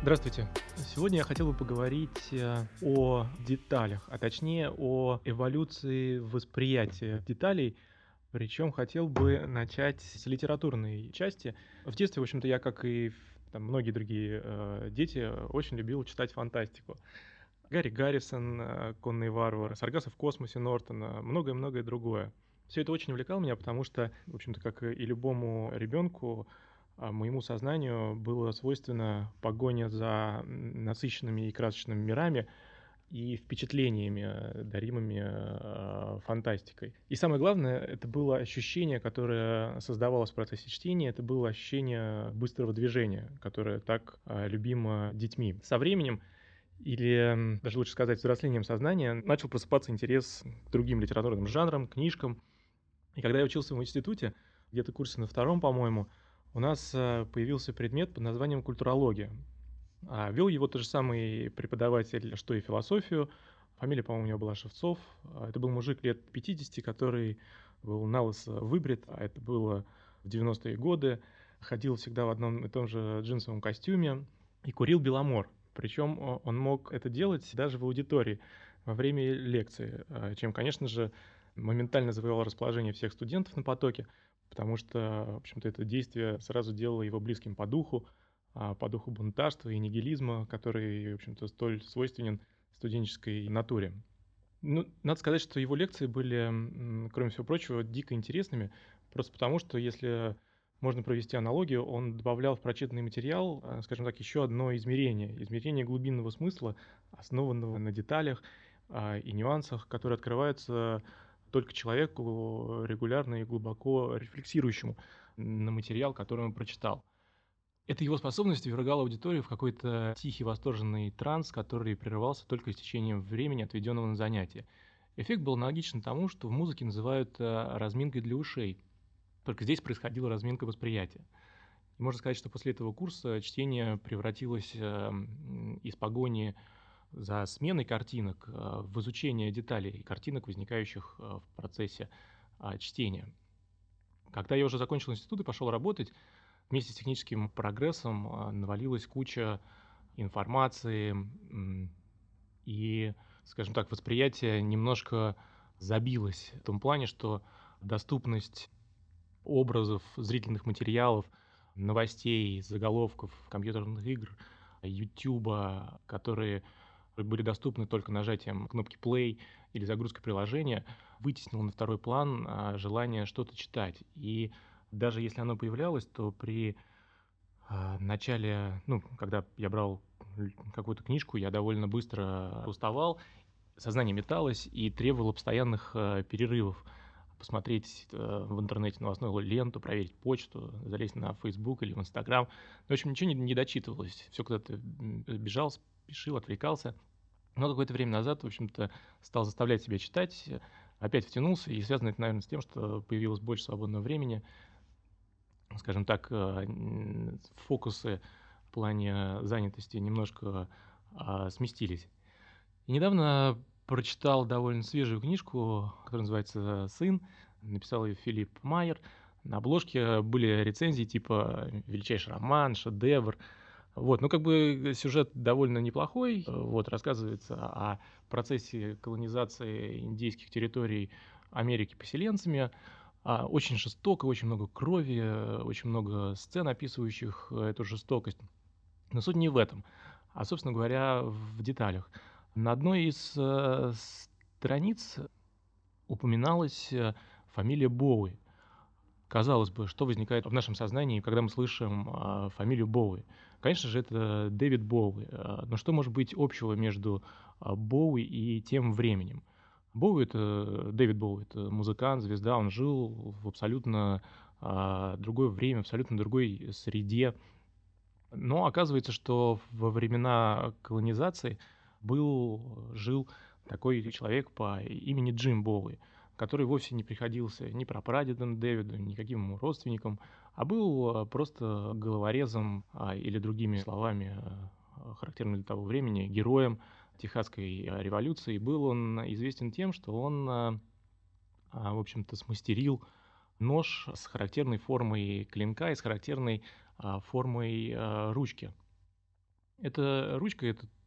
Здравствуйте. Сегодня я хотел бы поговорить о деталях, а точнее о эволюции восприятия деталей. Причем хотел бы начать с литературной части. В детстве, в общем-то, я, как и там, многие другие дети, очень любил читать фантастику. Гарри Гаррисон, «Конный варвар», «Саргассо в космосе» Нортона, многое-многое другое. Все это очень увлекало меня, потому что, в общем-то, как и любому ребенку, моему сознанию было свойственно погоня за насыщенными и красочными мирами и впечатлениями, даримыми фантастикой. И самое главное, это было ощущение, которое создавалось в процессе чтения, это было ощущение быстрого движения, которое так любимо детьми. Со временем или, даже лучше сказать, взрослением сознания, начал просыпаться интерес к другим литературным жанрам, книжкам. И когда я учился в институте, где-то курсе на втором, по-моему, у нас появился предмет под названием культурология. Вел его тот же самый преподаватель, что и философию. Фамилия, по-моему, у него была Шевцов. Это был мужик лет 50, который был налысо выбрит, а это было в 90-е годы. Ходил всегда в одном и том же джинсовом костюме и курил Беломор. Причем он мог это делать даже в аудитории во время лекции, чем, конечно же, моментально завоевал расположение всех студентов на потоке, потому что, в общем-то, это действие сразу делало его близким по духу бунтарства и нигилизма, который, в общем-то, столь свойственен студенческой натуре. Ну, надо сказать, что его лекции были, кроме всего прочего, дико интересными, просто потому что, если можно провести аналогию, он добавлял в прочитанный материал, скажем так, еще одно измерение глубинного смысла, основанного на деталях и нюансах, которые открываются только человеку, регулярно и глубоко рефлексирующему на материал, который он прочитал. Эта его способность ввергала аудиторию в какой-то тихий восторженный транс, который прерывался только с течением времени, отведенного на занятие. Эффект был аналогичен тому, что в музыке называют разминкой для ушей. Только здесь происходила разминка восприятия. И можно сказать, что после этого курса чтение превратилось из погони за сменой картинок в изучение деталей картинок, возникающих в процессе чтения. Когда я уже закончил институт и пошел работать, вместе с техническим прогрессом навалилась куча информации, и, скажем так, восприятие немножко забилось в том плане, что доступность образов, зрительных материалов, новостей, заголовков, компьютерных игр, «Ютуба», которые были доступны только нажатием кнопки play или загрузкой приложения, вытеснил на второй план желание что-то читать. И даже если оно появлялось, то при начале, когда я брал какую-то книжку, я довольно быстро уставал, сознание металось и требовало постоянных перерывов. Посмотреть в интернете новостную ленту, проверить почту, залезть на Facebook или в Instagram. В общем, ничего не дочитывалось. Все куда-то бежал, спешил, отвлекался. Но какое-то время назад, в общем-то, стал заставлять себя читать, опять втянулся, и связано это, наверное, с тем, что появилось больше свободного времени. Скажем так, фокусы в плане занятости немножко сместились. И недавно прочитал довольно свежую книжку, которая называется «Сын». Написал ее Филипп Майер. На обложке были рецензии типа «Величайший роман», «Шедевр». Вот, ну, как бы сюжет довольно неплохой. Вот, рассказывается о процессе колонизации индейских территорий Америки поселенцами. Очень жестоко, очень много крови, очень много сцен, описывающих эту жестокость. Но суть не в этом, а, собственно говоря, в деталях. На одной из страниц упоминалась фамилия Боуи. Казалось бы, что возникает в нашем сознании, когда мы слышим фамилию Боуи? Конечно же, это Дэвид Боуи. Но что может быть общего между Боуи и тем временем? Дэвид Боуи — это музыкант, звезда, он жил в абсолютно другое время, абсолютно другой среде. Но оказывается, что во времена колонизации жил такой человек по имени Джим Боуи, который вовсе не приходился ни прапрадедом Дэвиду, никаким ему родственником, а был просто головорезом, или другими словами, характерными для того времени, героем Техасской революции. Был он известен тем, что он, в общем-то, смастерил нож с характерной формой клинка и с характерной формой ручки. Эта ручка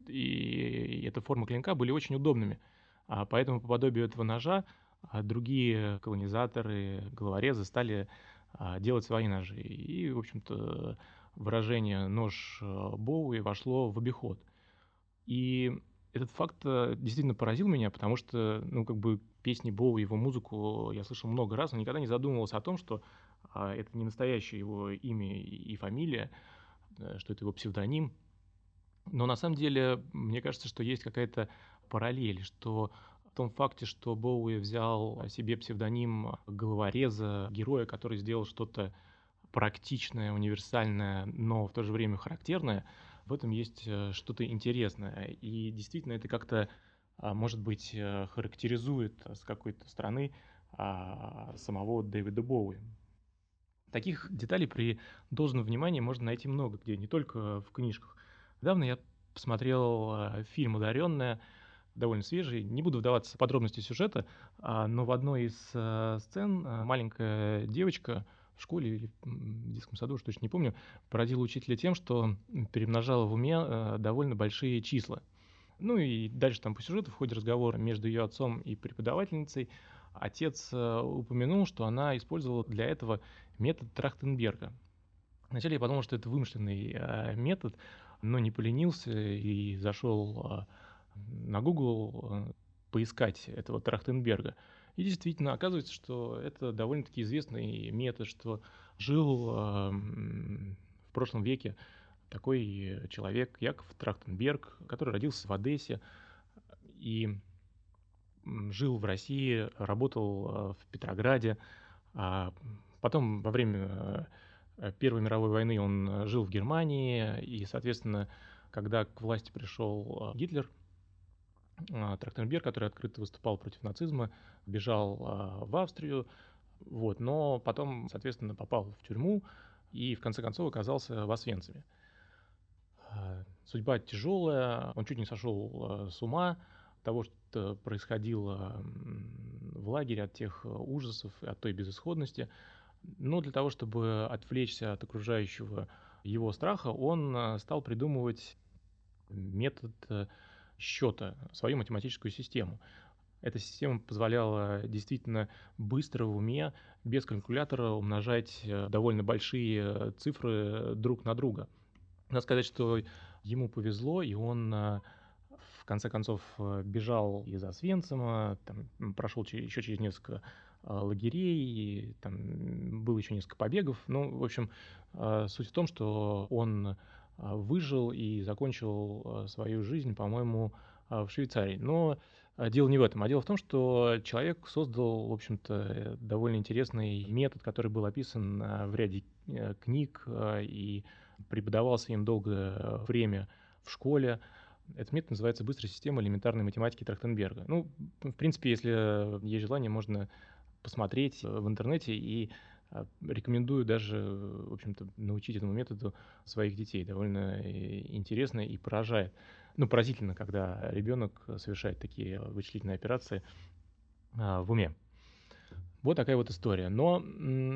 и эта форма клинка были очень удобными, поэтому по подобию этого ножа другие колонизаторы, головорезы стали делать свои ножи. И, в общем-то, выражение «нож Боуи» вошло в обиход. И этот факт действительно поразил меня, потому что, ну, как бы песни Боуи, его музыку я слышал много раз, но никогда не задумывался о том, что это не настоящее его имя и фамилия, что это его псевдоним. Но на самом деле, мне кажется, что есть какая-то параллель, что в том факте, что Боуи взял себе псевдоним головореза, героя, который сделал что-то практичное, универсальное, но в то же время характерное, в этом есть что-то интересное. И действительно это как-то, может быть, характеризует с какой-то стороны самого Дэвида Боуи. Таких деталей при должном внимании можно найти много где, не только в книжках. Недавно я посмотрел фильм «Одаренная», довольно свежий. Не буду вдаваться в подробности сюжета, но в одной из сцен маленькая девочка в школе или в детском саду, уж точно не помню, поразила учителя тем, что перемножала в уме довольно большие числа. Ну и дальше там по сюжету в ходе разговора между ее отцом и преподавательницей отец упомянул, что она использовала для этого метод Трахтенберга. Вначале я подумал, что это вымышленный метод, но не поленился и зашел на Google поискать этого Трахтенберга. И действительно, оказывается, что это довольно-таки известный метод, что жил в прошлом веке такой человек, Яков Трахтенберг, который родился в Одессе и жил в России, работал в Петрограде. Потом во время Первой мировой войны он жил в Германии, и, соответственно, когда к власти пришел Гитлер, Трахтенберг, который открыто выступал против нацизма, бежал в Австрию, вот, но потом, соответственно, попал в тюрьму и в конце концов оказался в Освенциме. Судьба тяжелая, он чуть не сошел с ума от того, что происходило в лагере, от тех ужасов, от той безысходности. Но для того, чтобы отвлечься от окружающего его страха, он стал придумывать метод счета, свою математическую систему. Эта система позволяла действительно быстро в уме, без калькулятора, умножать довольно большие цифры друг на друга. Надо сказать, что ему повезло, и он в конце концов бежал из Освенцима, там, прошел еще через несколько лагерей, и там было еще несколько побегов. Ну, в общем, суть в том, что он выжил и закончил свою жизнь, по-моему, в Швейцарии. Но дело не в этом, а дело в том, что человек создал, в общем-то, довольно интересный метод, который был описан в ряде книг и преподавался им долгое время в школе. Этот метод называется «Быстрая система элементарной математики Трахтенберга». Ну, в принципе, если есть желание, можно посмотреть в интернете, и рекомендую даже, в общем-то, научить этому методу своих детей. Довольно интересно и поражает. Ну, поразительно, когда ребенок совершает такие вычислительные операции в уме. Вот такая вот история. Но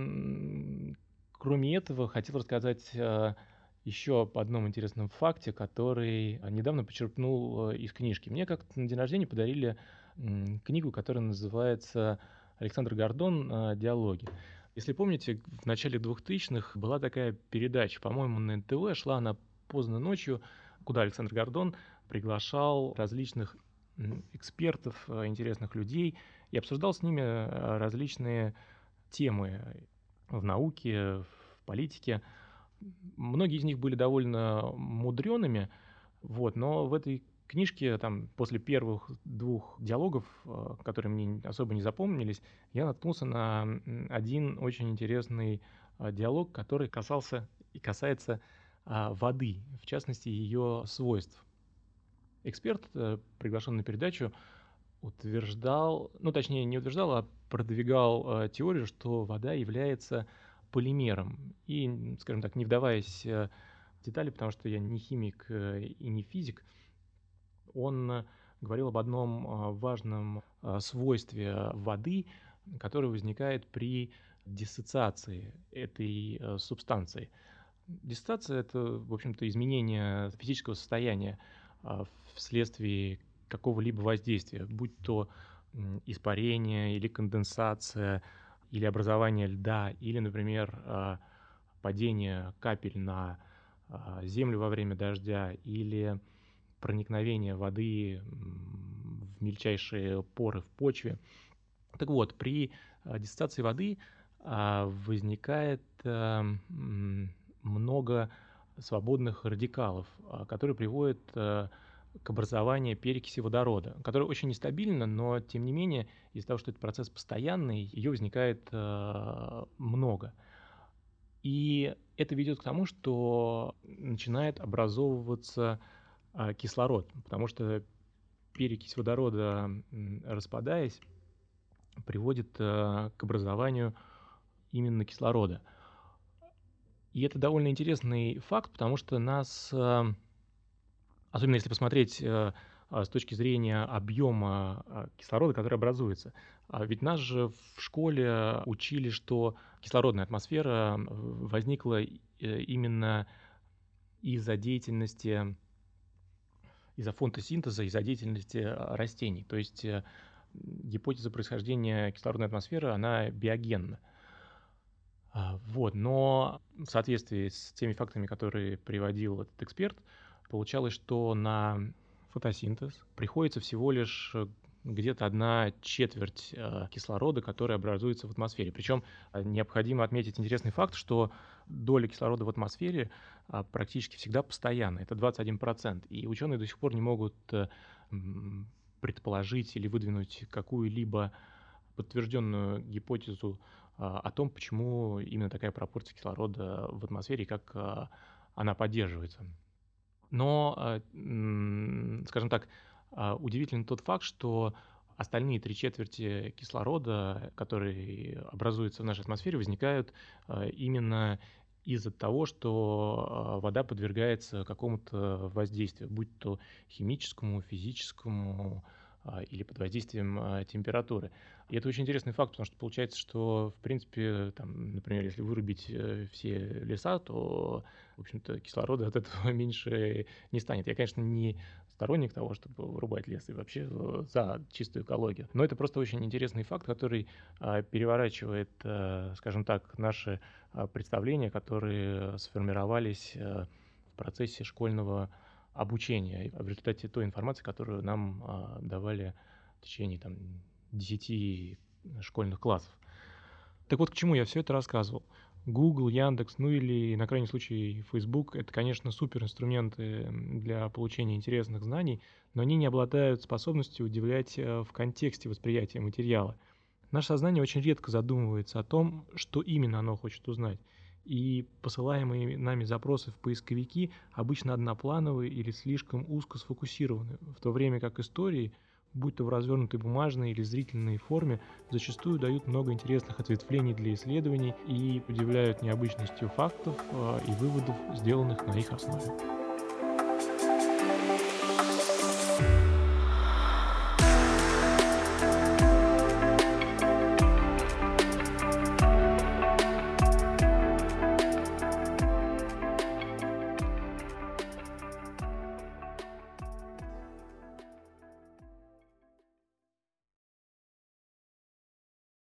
кроме этого, хотел рассказать еще об одном интересном факте, который недавно почерпнул из книжки. Мне как-то на день рождения подарили книгу, которая называется «Александр Гордон. Диалоги». Если помните, в начале 2000-х была такая передача, по-моему, на НТВ, шла она поздно ночью, куда Александр Гордон приглашал различных экспертов, интересных людей и обсуждал с ними различные темы в науке, в политике. Многие из них были довольно мудреными, вот, но в этой книжке, там, после первых двух диалогов, которые мне особо не запомнились, я наткнулся на один очень интересный диалог, который касался и касается воды, в частности, ее свойств. Эксперт, приглашенный на передачу, утверждал, ну, точнее, не утверждал, а продвигал теорию, что вода является полимером. И, скажем так, не вдаваясь в детали, потому что я не химик и не физик, он говорил об одном важном свойстве воды, которое возникает при диссоциации этой субстанции. Диссоциация — это, в общем-то, изменение физического состояния вследствие какого-либо воздействия, будь то испарение или конденсация, или образование льда, или, например, падение капель на землю во время дождя, или проникновение воды в мельчайшие поры в почве. Так вот, при диссоциации воды возникает много свободных радикалов, которые приводят к образованию перекиси водорода, которая очень нестабильна, но тем не менее, из-за того, что это процесс постоянный, ее возникает много. И это ведет к тому, что начинает образовываться кислород, потому что перекись водорода, распадаясь, приводит к образованию именно кислорода. И это довольно интересный факт, потому что нас, особенно если посмотреть с точки зрения объема кислорода, который образуется, ведь нас же в школе учили, что кислородная атмосфера возникла именно из-за деятельности, из-за фотосинтеза, из-за деятельности растений. То есть гипотеза происхождения кислородной атмосферы, она биогенна. Вот, но в соответствии с теми фактами, которые приводил этот эксперт, получалось, что на фотосинтез приходится всего лишь где-то 1/4 кислорода, который образуется в атмосфере. Причем необходимо отметить интересный факт, что доля кислорода в атмосфере практически всегда постоянна, это 21%. И ученые до сих пор не могут предположить или выдвинуть какую-либо подтвержденную гипотезу о том, почему именно такая пропорция кислорода в атмосфере и как она поддерживается. Но, скажем так, удивителен тот факт, что остальные 3/4 кислорода, которые образуются в нашей атмосфере, возникают именно из-за того, что вода подвергается какому-то воздействию, будь то химическому, физическому или под воздействием температуры. И это очень интересный факт, потому что получается, что, в принципе, там, например, если вырубить все леса, то, в общем-то, кислорода от этого меньше не станет. Я, конечно, не сторонник того, чтобы вырубать лес и вообще за чистую экологию. Но это просто очень интересный факт, который переворачивает, скажем так, наши представления, которые сформировались в процессе школьного обучения в результате той информации, которую нам давали в течение 10 школьных классов. Так вот, к чему я все это рассказывал. Google, Яндекс, ну или, на крайний случай, Facebook — это, конечно, супер инструменты для получения интересных знаний, но они не обладают способностью удивлять в контексте восприятия материала. Наше сознание очень редко задумывается о том, что именно оно хочет узнать. И посылаемые нами запросы в поисковики обычно одноплановые или слишком узко сфокусированы, в то время как истории, будь то в развернутой бумажной или зрительной форме, зачастую дают много интересных ответвлений для исследований и удивляют необычностью фактов и выводов, сделанных на их основе.